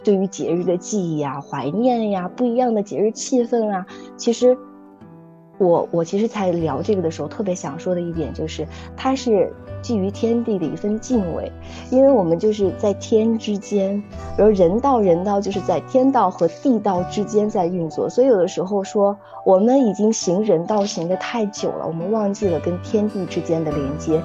对于节日的记忆啊、怀念呀、不一样的节日气氛啊。其实我其实才聊这个的时候特别想说的一点就是，它是基于天地的一份敬畏，因为我们就是在天之间，然后人道就是在天道和地道之间在运作，所以有的时候说我们已经行人道行得太久了，我们忘记了跟天地之间的连接。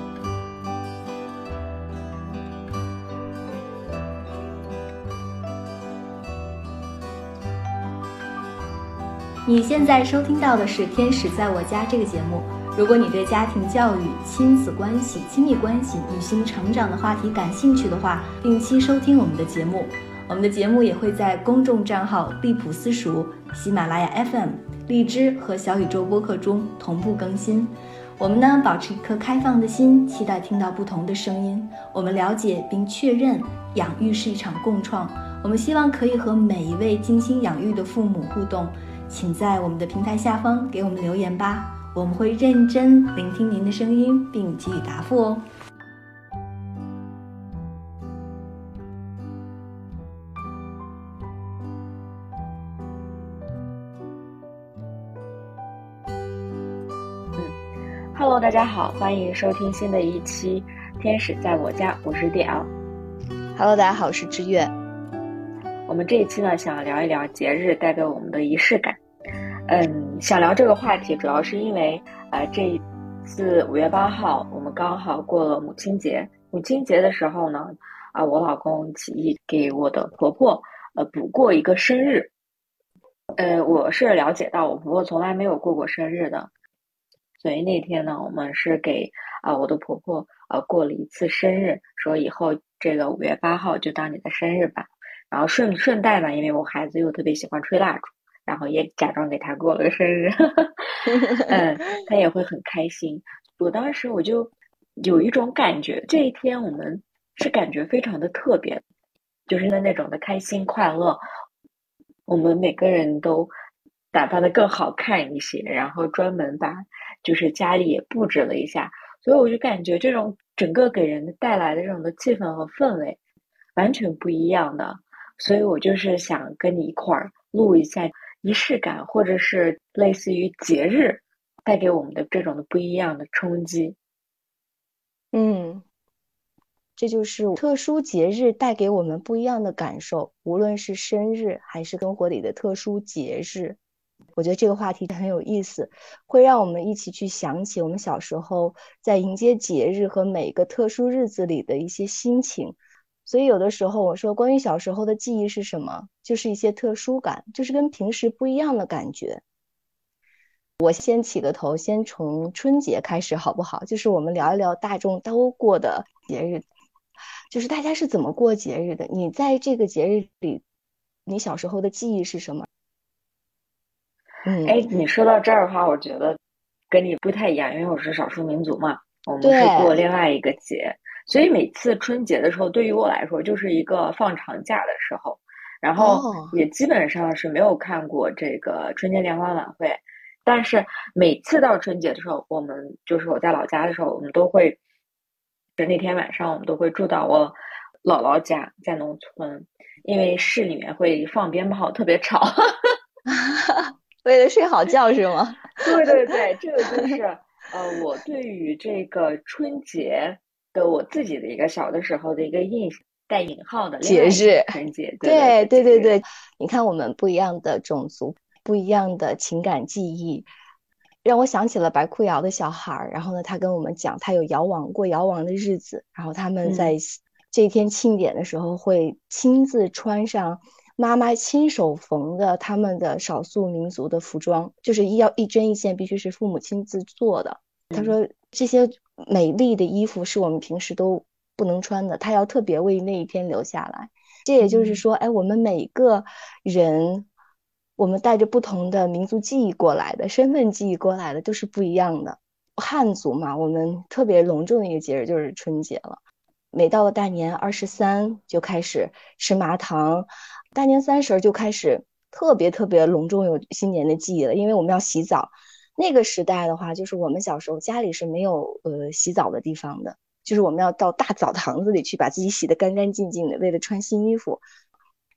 你现在收听到的是《天使在我家》这个节目。如果你对家庭教育、亲子关系、亲密关系、女性成长的话题感兴趣的话，定期收听我们的节目。我们的节目也会在公众账号利普私塾、喜马拉雅 FM、荔枝和小宇宙播客中同步更新。我们呢，保持一颗开放的心，期待听到不同的声音。我们了解并确认，养育是一场共创。我们希望可以和每一位精心养育的父母互动。请在我们的平台下方给我们留言吧，我们会认真聆听您的声音并给予答复哦。 Hello， 大家好，欢迎收听新的一期《天使在我家》，我是 DL。 Hello， 大家好，我是知月。 我们这一期呢，想聊一聊节日带给我们的仪式感。想聊这个话题，主要是因为这一次5月8号，我们刚好过了母亲节。母亲节的时候呢，我老公起意给我的婆婆补过一个生日。我是了解到我婆婆从来没有过过生日的，所以那天呢，我们是给我的婆婆过了一次生日，说以后这个5月8号就当你的生日吧。然后顺带嘛，因为我孩子又特别喜欢吹蜡烛，然后也假装给他过了个生日，他也会很开心。我当时我就有一种感觉，这一天我们是感觉非常的特别，就是那种的开心快乐。我们每个人都打扮得更好看一些，然后专门把就是家里也布置了一下，所以我就感觉这种整个给人带来的这种的气氛和氛围完全不一样的。所以我就是想跟你一块儿录一下仪式感，或者是类似于节日带给我们的这种的不一样的冲击。 这就是特殊节日带给我们不一样的感受，无论是生日还是生活里的特殊节日。我觉得这个话题很有意思，会让我们一起去想起我们小时候在迎接节日和每个特殊日子里的一些心情。所以有的时候我说关于小时候的记忆是什么，就是一些特殊感，就是跟平时不一样的感觉。我先起个头，先从春节开始好不好？就是我们聊一聊大众都过的节日，就是大家是怎么过节日的？你在这个节日里，你小时候的记忆是什么？ 你说到这儿的话，我觉得跟你不太一样，因为我是少数民族嘛，我们是过另外一个节，所以每次春节的时候，对于我来说就是一个放长假的时候，然后也基本上是没有看过这个春节联欢晚会，但是每次到春节的时候，我们就是我在老家的时候，我们都会，就那天晚上我们都会住到我姥姥家，在农村，因为市里面会放鞭炮，特别吵。 为了睡好觉是吗？ 对对对，这个就是我对于这个春节的我自己的一个小的时候的一个印象，带引号的节日。 春节， 对对对对，你看我们不一样的种族，不一样的情感记忆，让我想起了白裤窑的小孩。然后呢，他跟我们讲，他有过窑王的日子，然后他们在这一天庆典的时候会亲自穿上妈妈亲手缝的他们的少数民族的服装，就是一针一线必须是父母亲自做的。他说这些美丽的衣服是我们平时都不能穿的，他要特别为那一天留下来。这也就是说，我们每个人，我们带着不同的民族记忆过来的，身份记忆过来的，都是不一样的。汉族嘛，我们特别隆重的一个节日就是春节了。每到了大年23就开始吃麻糖，大年30就开始特别特别隆重有新年的记忆了，因为我们要洗澡。那个时代的话，就是我们小时候家里是没有洗澡的地方的，就是我们要到大澡堂子里去把自己洗得干干净净的，为了穿新衣服。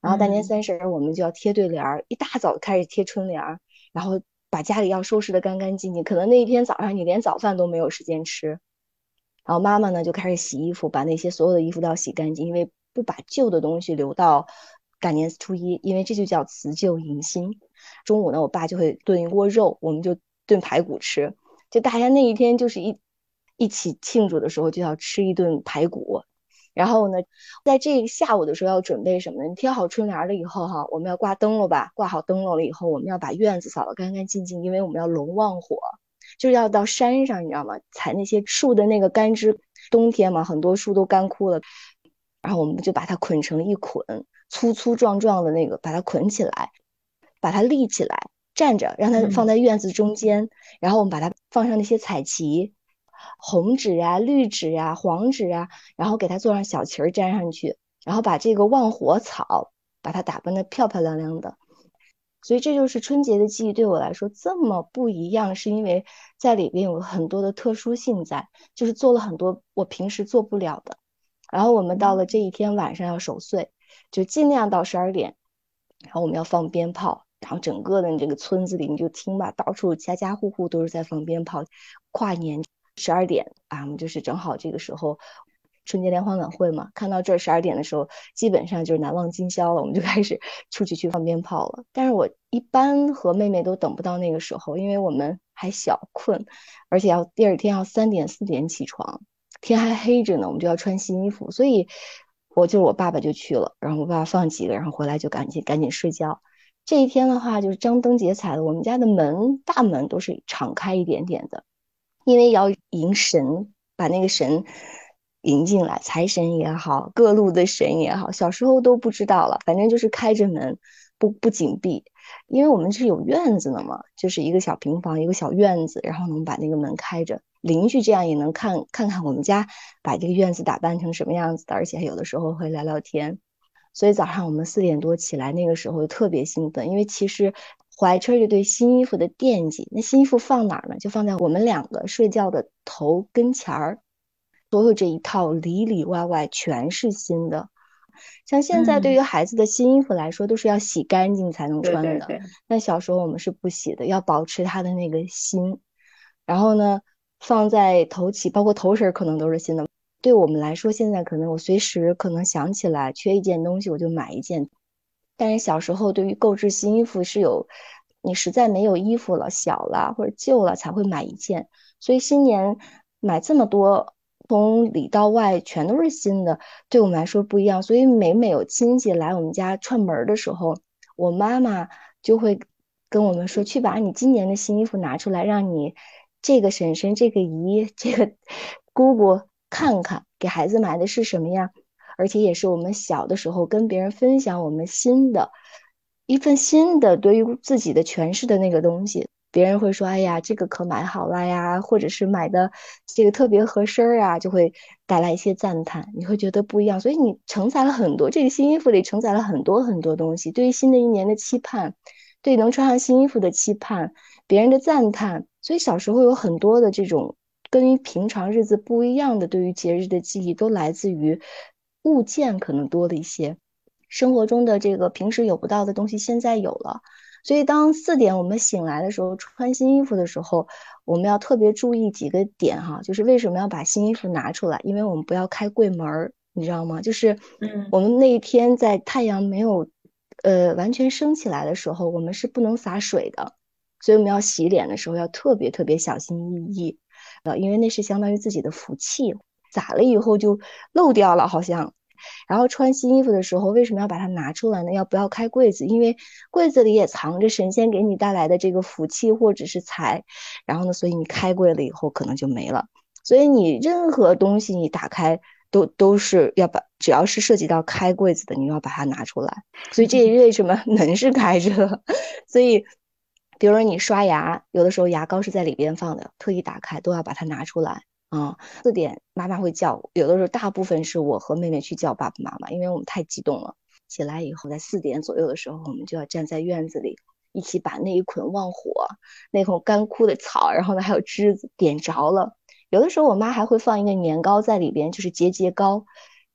然后大年三十我们就要贴对联儿，一大早开始贴春联儿，然后把家里要收拾得干干净净，可能那一天早上你连早饭都没有时间吃。然后妈妈呢就开始洗衣服，把那些所有的衣服都要洗干净，因为不把旧的东西留到大年初一，因为这就叫辞旧迎新。中午呢，我爸就会炖一锅肉，我们就炖排骨吃，就大家那一天就是一起庆祝的时候就要吃一顿排骨。然后呢，在这个下午的时候要准备什么呢？你贴好春联了以后哈，我们要挂灯笼吧，挂好灯笼了以后，我们要把院子扫得干干净净，因为我们要龙旺火，就是要到山上，你知道吗？采那些树的那个干枝，冬天嘛，很多树都干枯了，然后我们就把它捆成一捆，粗粗壮壮的那个，把它捆起来，把它立起来，站着，让它放在院子中间，然后我们把它放上那些彩旗。红纸啊、绿纸啊、黄纸啊，然后给它做上小旗儿粘上去，然后把这个旺火草把它打扮得漂漂亮亮的。所以这就是春节的记忆对我来说这么不一样，是因为在里边有很多的特殊性在，就是做了很多我平时做不了的。然后我们到了这一天晚上要守岁，就尽量到12点，然后我们要放鞭炮，然后整个的这个村子里你就听吧，到处家家户户都是在放鞭炮。跨年12点啊，我们就是正好这个时候春节联欢晚会嘛，看到这12点的时候，基本上就是难忘今宵了，我们就开始出去放鞭炮了。但是我一般和妹妹都等不到那个时候，因为我们还小困，而且第二天要3点4点起床，天还黑着呢，我们就要穿新衣服，所以我爸爸就去了，然后我爸爸放几个，然后回来就赶紧睡觉。这一天的话就是张灯结彩的，我们家的大门都是敞开一点点的，因为要迎神，把那个神迎进来，财神也好，各路的神也好，小时候都不知道了，反正就是开着门，不紧闭，因为我们是有院子的嘛，就是一个小平房，一个小院子，然后能把那个门开着，邻居这样也能看看我们家把这个院子打扮成什么样子的，而且有的时候会聊聊天。所以早上我们4点多起来，那个时候特别兴奋，因为其实怀揣着对新衣服的惦记，那新衣服放哪儿呢？就放在我们2个睡觉的头跟前儿，所有这一套里里外外全是新的。像现在对于孩子的新衣服来说，都是要洗干净才能穿的，但小时候我们是不洗的，要保持它的那个新。然后呢，放在头起，包括头绳可能都是新的。对我们来说，现在可能我随时可能想起来缺一件东西，我就买一件。但是小时候对于购置新衣服是你实在没有衣服了，小了或者旧了才会买一件。所以新年买这么多，从里到外全都是新的，对我们来说不一样。所以每有亲戚来我们家串门的时候，我妈妈就会跟我们说，去把你今年的新衣服拿出来，让你这个婶婶、这个姨、这个姑姑看看，给孩子买的是什么呀？而且也是我们小的时候跟别人分享我们一份新的对于自己的诠释的那个东西，别人会说，哎呀，这个可买好了呀，或者是买的这个特别合身啊，就会带来一些赞叹，你会觉得不一样。所以你承载了很多，这个新衣服里承载了很多很多东西，对于新的一年的期盼，对能穿上新衣服的期盼，别人的赞叹。所以小时候有很多的这种跟平常日子不一样的对于节日的记忆，都来自于物件可能多了一些，生活中的这个平时有不到的东西现在有了。所以当4点我们醒来的时候，穿新衣服的时候，我们要特别注意几个点哈，就是为什么要把新衣服拿出来，因为我们不要开柜门，你知道吗？就是我们那一天在太阳没有完全升起来的时候，我们是不能洒水的，所以我们要洗脸的时候要特别特别小心翼翼，因为那是相当于自己的福气，洒了以后就漏掉了好像。然后穿新衣服的时候，为什么要把它拿出来呢？不要开柜子，因为柜子里也藏着神仙给你带来的这个福气或者是财，然后呢，所以你开柜了以后可能就没了。所以你任何东西你打开都是要只要是涉及到开柜子的，你要把它拿出来。所以这也为什么门是开着，所以比如说你刷牙，有的时候牙膏是在里边放的，特意打开都要把它拿出来。4点妈妈会叫我，有的时候大部分是我和妹妹去叫爸爸妈妈，因为我们太激动了。起来以后在4点左右的时候，我们就要站在院子里，一起把那一捆旺火，那捆干枯的草，然后呢还有枝子点着了。有的时候我妈还会放一个年糕在里边，就是节节糕，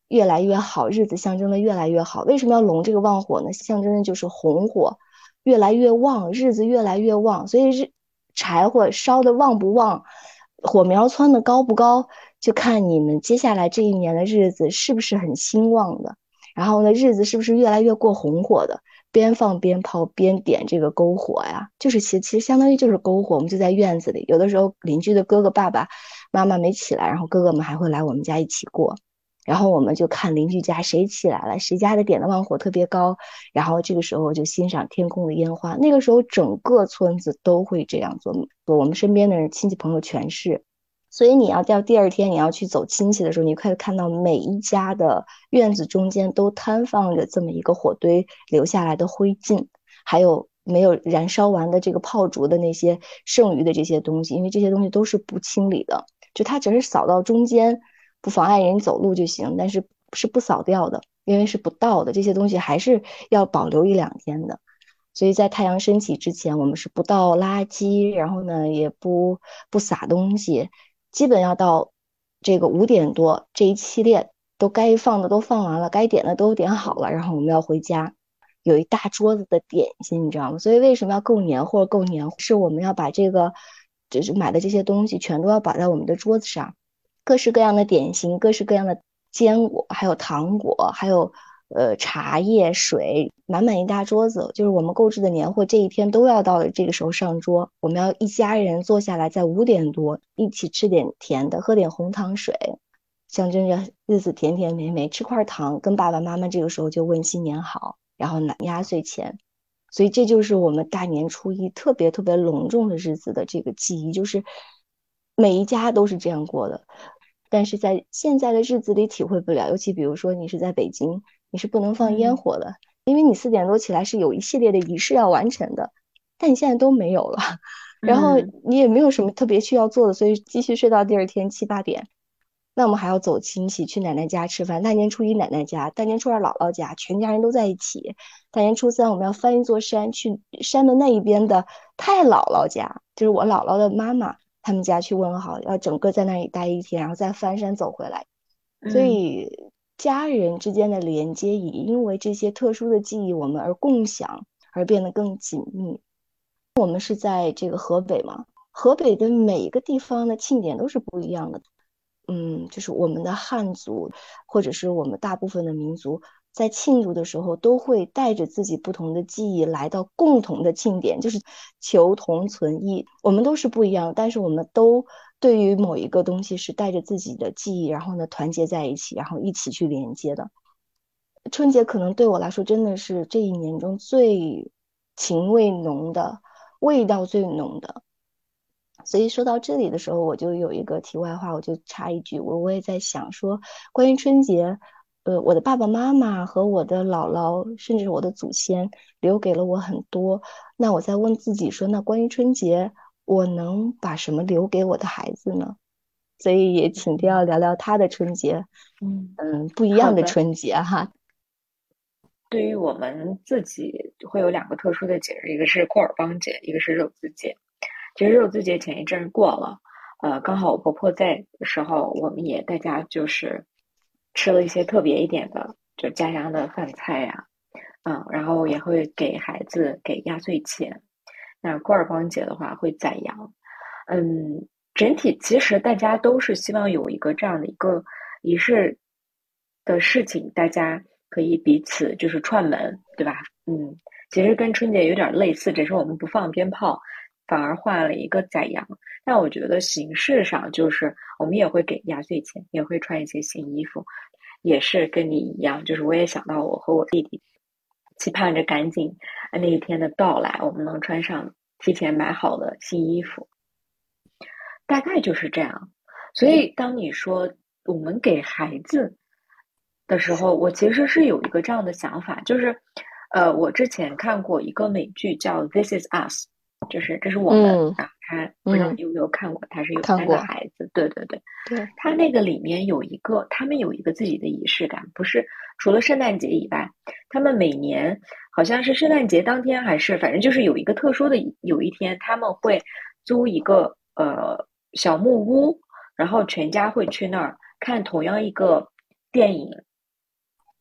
越来越好，日子象征的越来越好。为什么要龙这个旺火呢？象征的就是红火越来越旺，日子越来越旺。所以柴火烧的旺不旺，火苗蹿的高不高，就看你们接下来这一年的日子是不是很兴旺的。然后呢，日子是不是越来越过红火的？边放鞭炮边点这个篝火呀，就是其实相当于就是篝火。我们就在院子里，有的时候邻居的哥哥爸爸妈妈没起来，然后哥哥们还会来我们家一起过。然后我们就看邻居家谁起来了，谁家的点的旺火特别高，然后这个时候就欣赏天空的烟花。那个时候整个村子都会这样做，我们身边的人亲戚朋友全是。所以你要到第二天你要去走亲戚的时候，你可以看到每一家的院子中间都摊放着这么一个火堆留下来的灰烬，还有没有燃烧完的这个炮竹的那些剩余的这些东西，因为这些东西都是不清理的，就它只是扫到中间，不妨碍人走路就行，但是是不扫掉的，因为是不到的，这些东西还是要保留1-2天的。所以在太阳升起之前，我们是不倒垃圾，然后呢也不撒东西，基本要到这个5点多，这一系列都该放的都放完了，该点的都点好了，然后我们要回家，有一大桌子的点心，你知道吗？所以为什么要够年货？够年货是我们要把这个就是买的这些东西全都要摆在我们的桌子上，各式各样的点心，各式各样的坚果，还有糖果，还有茶叶、水，满满一大桌子，就是我们购置的年货，这一天都要到了这个时候上桌。我们要一家人坐下来，在5点多一起吃点甜的，喝点红糖水，象征着日子甜甜美美。吃块糖，跟爸爸妈妈这个时候就问新年好，然后拿压岁钱。所以这就是我们大年初一特别特别隆重的日子的这个记忆，就是每一家都是这样过的。但是在现在的日子里体会不了，尤其比如说你是在北京，你是不能放烟火的，因为你4点多起来是有一系列的仪式要完成的，但你现在都没有了，然后你也没有什么特别需要做的，所以继续睡到第二天7-8点。那我们还要走亲戚，去奶奶家吃饭，大年初一奶奶家，大年初二姥姥家，全家人都在一起。大年初三我们要翻一座山，去山的那一边的太姥姥家，就是我姥姥的妈妈他们家去问好，要整个在那里待一天，然后再翻山走回来。所以家人之间的连接也因为这些特殊的记忆我们而共享，而变得更紧密。我们是在这个河北嘛，河北的每一个地方的庆典都是不一样的。就是我们的汉族或者是我们大部分的民族在庆祝的时候都会带着自己不同的记忆来到共同的庆典，就是求同存异。我们都是不一样，但是我们都对于某一个东西是带着自己的记忆，然后呢团结在一起，然后一起去连接的。春节可能对我来说真的是这一年中最情味浓的，味道最浓的。所以说到这里的时候，我就有一个题外话，我就插一句，我也在想说，关于春节，我的爸爸妈妈和我的姥姥，甚至我的祖先留给了我很多。那我在问自己说，那关于春节，我能把什么留给我的孩子呢？所以也请迪奥聊聊他的春节，不一样的春节哈。 对于我们自己会有2个特殊的节日，一个是库尔邦节，一个是肉孜节。其实肉孜节前一阵过了，刚好我婆婆在的时候，我们也大家就是吃了一些特别一点的，就家乡的饭菜呀，然后也会给孩子给压岁钱。那库尔邦节的话会宰羊，整体其实大家都是希望有一个这样的一个仪式的事情，大家可以彼此就是串门，对吧？其实跟春节有点类似，只是我们不放鞭炮，反而换了一个宰羊。但我觉得形式上就是我们也会给压岁钱，也会穿一些新衣服，也是跟你一样，就是我也想到我和我弟弟期盼着赶紧那一天的到来，我们能穿上提前买好的新衣服，大概就是这样。所以当你说我们给孩子的时候，我其实是有一个这样的想法，就是我之前看过一个美剧叫《This Is Us》，就是这是我们啊，他不知道你有没有看过，他是有3个孩子，对，他那个里面他们有一个自己的仪式感，不是除了圣诞节以外，他们每年好像是圣诞节当天还是反正就是有一个特殊的有一天，他们会租一个小木屋，然后全家会去那儿看同样一个电影，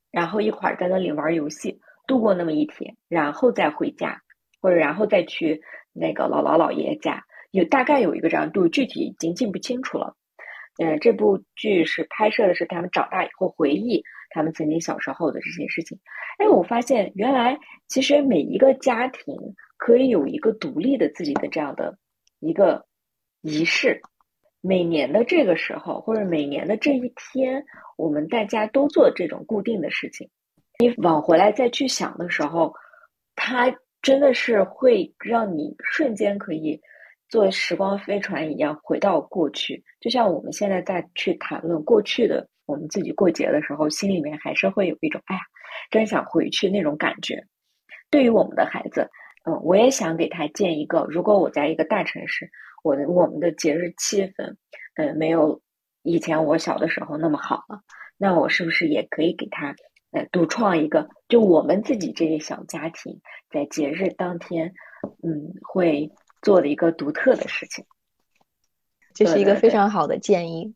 然后一块儿在那里玩游戏，度过那么一天，然后再回家，或者然后再去那个姥姥姥爷家，大概有一个这样度，具体已经记不清楚了。这部剧是拍摄的是他们长大以后回忆他们曾经小时候的这些事情。哎，我发现原来其实每一个家庭可以有一个独立的自己的这样的一个仪式，每年的这个时候或者每年的这一天，我们大家都做这种固定的事情。你往回来再去想的时候，它真的是会让你瞬间可以坐时光飞船一样回到过去。就像我们现在在去谈论过去的我们自己过节的时候，心里面还是会有一种哎呀，真想回去那种感觉。对于我们的孩子，我也想给他建一个，如果我在一个大城市，我们的节日气氛，没有以前我小的时候那么好了，那我是不是也可以给他独创一个，就我们自己这些小家庭在节日当天，会做的一个独特的事情。 这是一个非常好的建议。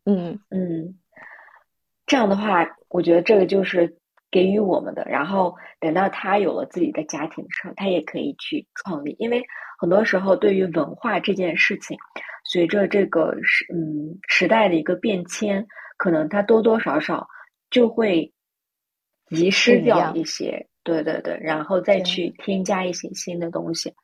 这样的话，我觉得这个就是给予我们的。然后等到他有了自己的家庭的时候，他也可以去创立。因为很多时候，对于文化这件事情，随着这个时代的一个变迁，可能它多多少少就会遗失掉一些。对，然后再去添加一些新的东西。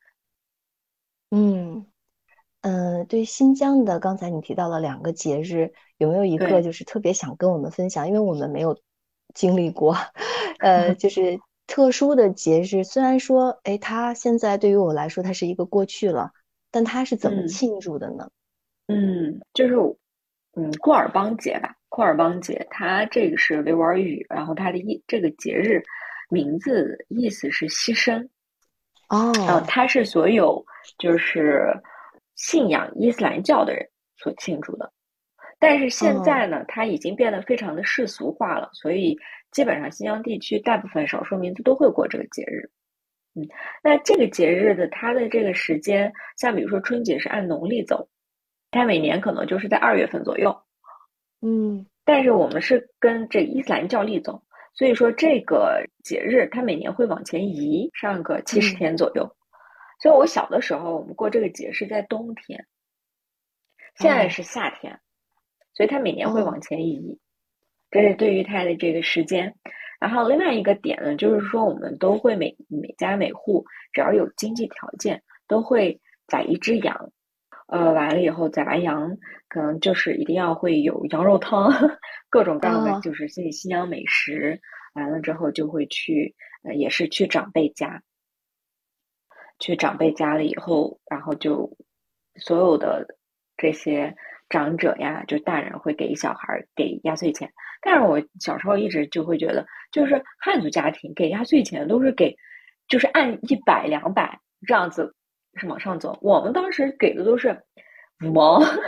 对新疆的，刚才你提到了2个节日，有没有一个就是特别想跟我们分享？因为我们没有经历过，就是特殊的节日。虽然说，哎，它现在对于我来说，它是一个过去了，但它是怎么庆祝的呢？ 就是库尔邦节吧。库尔邦节，它这个是维吾尔语，然后它的这个节日名字意思是牺牲。它是所有就是信仰伊斯兰教的人所庆祝的。但是现在呢，它已经变得非常的世俗化了，所以基本上新疆地区大部分少数民族都会过这个节日。那这个节日的它的这个时间，像比如说春节是按农历走，它每年可能就是在2月份左右。但是我们是跟这伊斯兰教历走，所以说这个节日它每年会往前移上个70天左右。所以我小的时候我们过这个节是在冬天，现在是夏天，所以它每年会往前移。这是对于它的这个时间。然后另外一个点呢，就是说我们都会每家每户只要有经济条件都会宰一只羊。完了以后宰完羊，可能就是一定要会有羊肉汤，各种各样的就是新疆美食。完了之后就会去，也是去长辈家。去长辈家了以后，然后就所有的这些长者呀，就大人会给小孩给压岁钱。但是我小时候一直就会觉得，就是汉族家庭给压岁钱都是给，就是按100、200这样子是往上走。我们当时给的都是5毛，1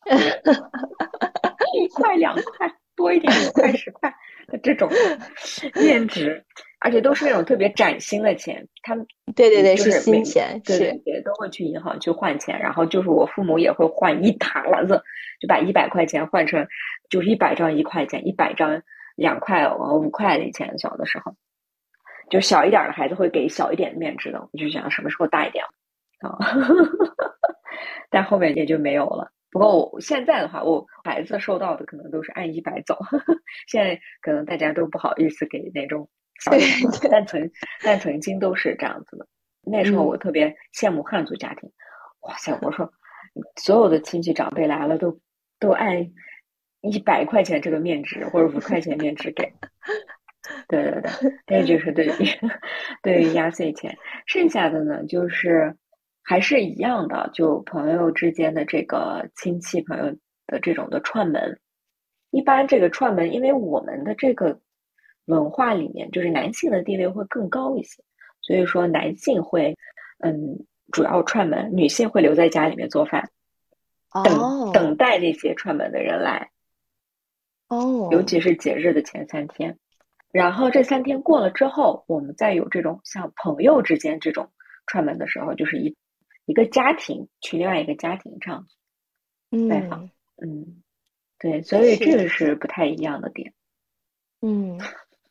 块2块，多一点5块10块的这种面值。而且都是那种特别崭新的钱，他们对， 就是新钱， 对，都会去银行去换钱，然后就是我父母也会换一沓子，就把100块钱换成就是100张1块钱，100张2块5块的钱。小的时候，就小一点的孩子会给小一点的面值的，我就想什么时候大一点但后面也就没有了。不过我现在的话，我孩子收到的可能都是按100走，现在可能大家都不好意思给那种小一点的，但曾经都是这样子的。那时候我特别羡慕汉族家庭，哇塞！我说所有的亲戚长辈来了都按100块钱这个面值或者5块钱面值给。对，这就是对于压岁钱。剩下的呢，就是还是一样的，就朋友之间的这个亲戚朋友的这种的串门。一般这个串门，因为我们的这个文化里面，就是男性的地位会更高一些，所以说男性会主要串门，女性会留在家里面做饭，等待那些串门的人来。尤其是节日的前3天。然后这3天过了之后，我们再有这种像朋友之间这种串门的时候，就是一个家庭去另外一个家庭这样拜访。对，所以这个是不太一样的点。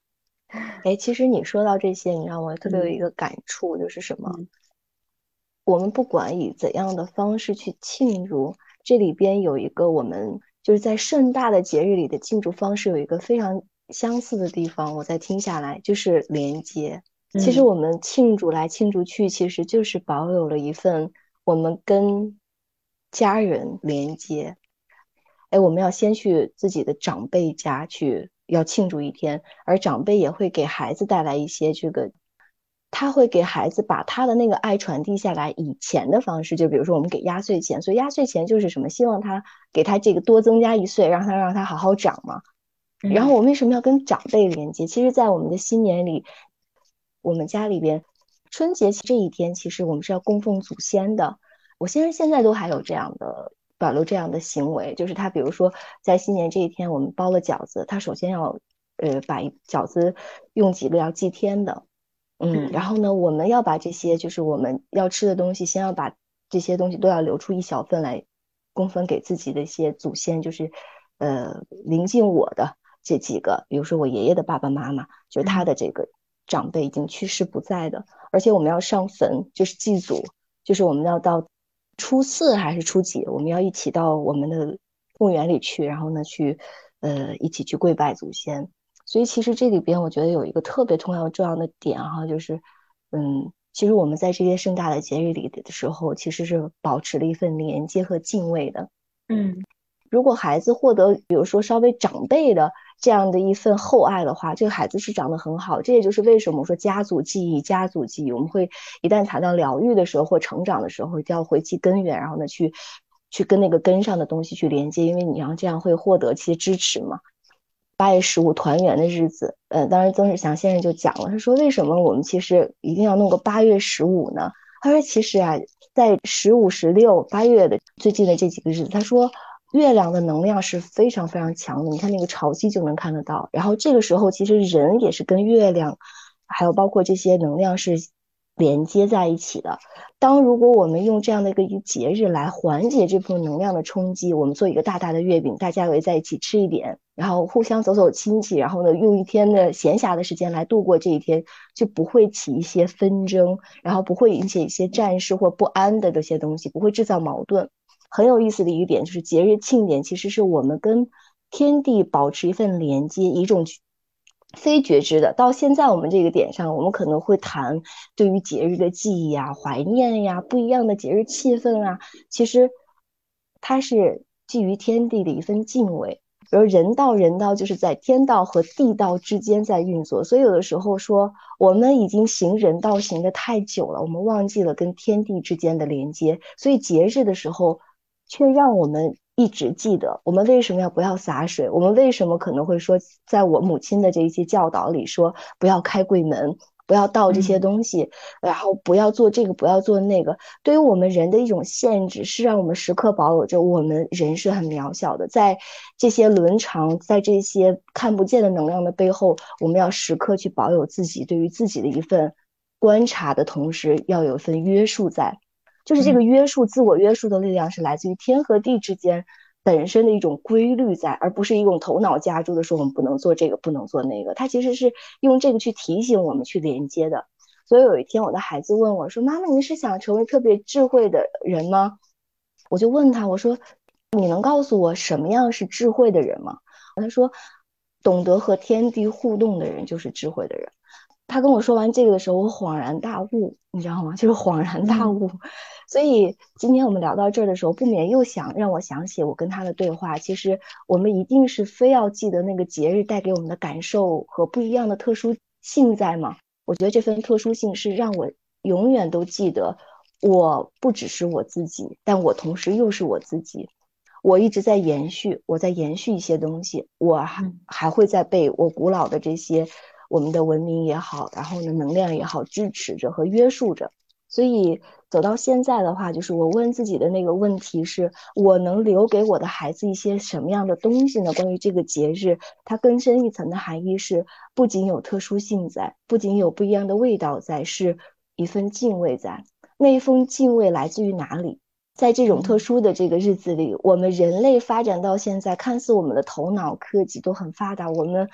其实你说到这些，你让我特别有一个感触，就是什么？ 嗯我们不管以怎样的方式去庆祝，这里边有一个我们就是在盛大的节日里的庆祝方式有一个非常相似的地方，我在听下来就是连接。其实嗯我们庆祝来庆祝去，其实就是保有了一份我们跟家人连接。我们要先去自己的长辈家去，要庆祝一天，而长辈也会给孩子带来一些这个，他会给孩子把他的那个爱传递下来。以前的方式，就比如说我们给压岁钱，所以压岁钱就是什么，希望他给他这个多增加1岁，让他好好长嘛。然后嗯我们为什么要跟长辈连接？其实，在我们的新年里，我们家里边春节这一天，其实我们是要供奉祖先的。我先生现在都还有这样的保留这样的行为，就是他比如说在新年这一天，我们包了饺子，他首先要把饺子用几个要祭天的，然嗯后呢，我们要把这些就是我们要吃的东西，先要把这些东西都要留出一小份来供分给自己的一些祖先，就是临近我的这几个，比如说我爷爷的爸爸妈妈，就是他嗯的这个长辈已经去世不在的，而且我们要上坟，就是祭祖，就是我们要到初四还是初几，我们要一起到我们的墓园里去，然后呢去一起去跪拜祖先。所以其实这里边我觉得有一个特别重要的点哈，就是其实我们在这些盛大的节日里的时候，其实是保持了一份连接和敬畏的。 嗯如果孩子获得，比如说稍微长辈的这样的一份厚爱的话，这个孩子是长得很好。这也就是为什么我说家族记忆，家族记忆，我们会一旦谈到疗愈的时候或成长的时候，一定要回其根源，然后呢去跟那个根上的东西去连接，因为你要这样会获得其些支持嘛。8月15团圆的日子，当时曾仕强先生就讲了，他说为什么我们其实一定要弄个8月15呢？他说其实啊，在15、16、8月的最近的这几个日子，他说月亮的能量是非常非常强的，你看那个潮汐就能看得到。然后这个时候，其实人也是跟月亮，还有包括这些能量是连接在一起的。如果我们用这样的一个节日来缓解这部分能量的冲击，我们做一个大大的月饼，大家围在一起吃一点，然后互相走走亲戚，然后呢用一天的闲暇的时间来度过这一天，就不会起一些纷争，然后不会引起一些战事或不安的这些东西，不会制造矛盾。很有意思的一点就是节日庆典其实是我们跟天地保持一份连接，一种非觉知的。到现在我们这个点上，我们可能会谈对于节日的记忆啊、怀念呀、不一样的节日气氛啊，其实它是基于天地的一份敬畏。比如人道就是在天道和地道之间在运作，所以有的时候说我们已经行人道行得太久了，我们忘记了跟天地之间的连接，所以节日的时候却让我们一直记得我们为什么要不要洒水，我们为什么可能会说在我母亲的这一些教导里说不要开柜门，不要倒这些东西，然后不要做这个，不要做那个。对于我们人的一种限制，是让我们时刻保有着我们人是很渺小的，在这些伦常，在这些看不见的能量的背后，我们要时刻去保有自己对于自己的一份观察的同时，要有一份约束在。就是这个约束，自我约束的力量是来自于天和地之间本身的一种规律在，而不是一种头脑加诸的说我们不能做这个，不能做那个。它其实是用这个去提醒我们去连接的。所以有一天我的孩子问我说：“妈妈，你是想成为特别智慧的人吗？”我就问他，我说：“你能告诉我什么样是智慧的人吗？”他说：“懂得和天地互动的人就是智慧的人。”他跟我说完这个的时候，我恍然大悟，你知道吗？就是恍然大悟。所以今天我们聊到这儿的时候，不免又让我想起我跟他的对话。其实我们一定是非要记得那个节日带给我们的感受和不一样的特殊性在吗？我觉得这份特殊性是让我永远都记得，我不只是我自己，但我同时又是我自己。我一直在延续，我在延续一些东西，我还会在被我古老的这些我们的文明也好，然后呢能量也好支持着和约束着。所以走到现在的话，就是我问自己的那个问题是，我能留给我的孩子一些什么样的东西呢？关于这个节日，它更深一层的含义是，不仅有特殊性在，不仅有不一样的味道在，是一份敬畏在。那一份敬畏来自于哪里？在这种特殊的这个日子里，我们人类发展到现在，看似我们的头脑科技都很发达，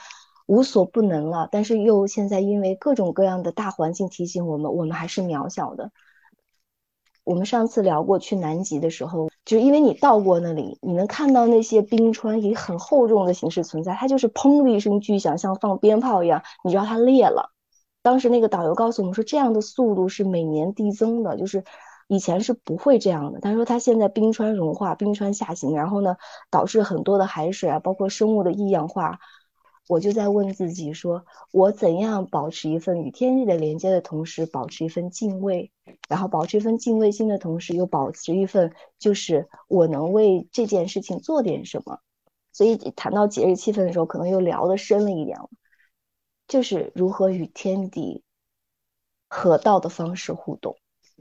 无所不能了，但是又现在因为各种各样的大环境提醒我们，我们还是渺小的。我们上次聊过去南极的时候，就是因为你到过那里，你能看到那些冰川以很厚重的形式存在，它就是砰的一声巨响，像放鞭炮一样，你知道它裂了。当时那个导游告诉我们说，这样的速度是每年递增的，就是以前是不会这样的。他说他现在冰川融化，冰川下行，然后呢，导致很多的海水啊，包括生物的异氧化。我就在问自己说，我怎样保持一份与天地的连接的同时，保持一份敬畏，然后保持一份敬畏心的同时，又保持一份就是我能为这件事情做点什么。所以谈到节日气氛的时候，可能又聊得深了一点了，就是如何与天地合道的方式互动。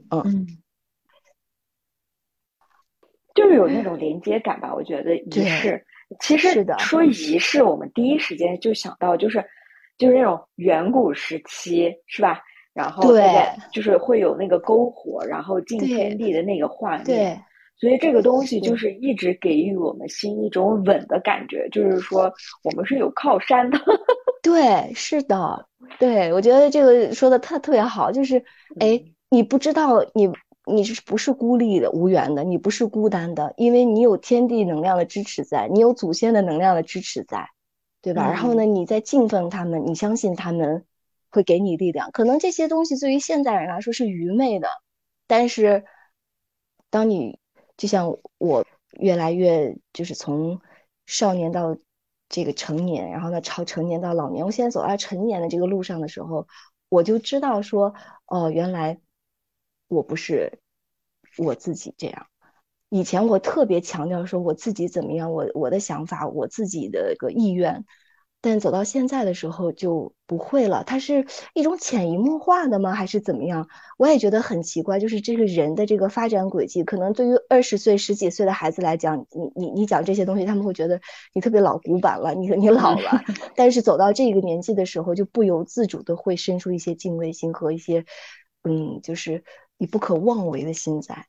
就是有那种连接感吧。我觉得仪式，其实说仪式，我们第一时间就想到就是那种远古时期，是吧？然后大家就是会有那个篝火，然后敬天地的那个画面。所以这个东西就是一直给予我们心一种稳的感觉，就是说我们是有靠山的。 对，是的，对，我觉得这个说的特别好，就是你不知道你是不是孤立的、无缘的，你不是孤单的，因为你有天地能量的支持在，你有祖先的能量的支持在，对吧？然后呢，你在敬奉他们，你相信他们会给你力量。可能这些东西对于现代人来说是愚昧的，但是当你就像我越来越就是从少年到这个成年，然后呢朝成年到老年，我现在走在成年的这个路上的时候，我就知道说，原来我不是我自己这样。以前我特别强调说我自己怎么样，我的想法，我自己的个意愿，但走到现在的时候就不会了。它是一种潜移默化的吗？还是怎么样？我也觉得很奇怪，就是这个人的这个发展轨迹，可能对于20岁、10几岁的孩子来讲，你讲这些东西，他们会觉得你特别老古板了，你老了。但是走到这个年纪的时候，就不由自主的会生出一些敬畏心和一些，就是你不可妄为的心在，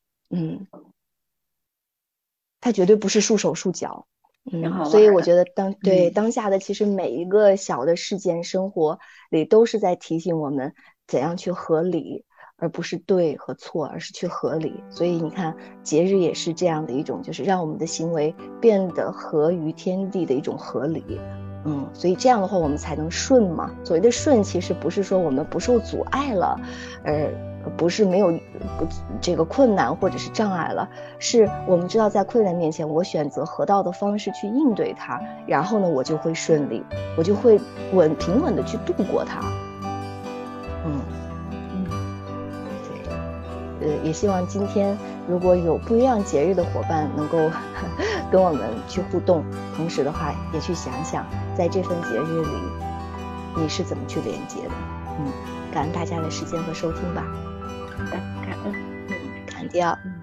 它绝对不是束手束脚。所以我觉得当下的其实每一个小的事件生活里都是在提醒我们怎样去合理，而不是对和错，而是去合理。所以你看节日也是这样的一种，就是让我们的行为变得合于天地的一种合理。所以这样的话我们才能顺嘛。所谓的顺其实不是说我们不受阻碍了，不是没有这个困难或者是障碍了，是我们知道在困难面前我选择合道的方式去应对它，然后呢我就会顺利，我就会平稳的去度过它。也希望今天如果有不一样节日的伙伴能够跟我们去互动，同时的话也去想想在这份节日里你是怎么去连接的。感恩大家的时间和收听吧。 好的，感恩。 感恩。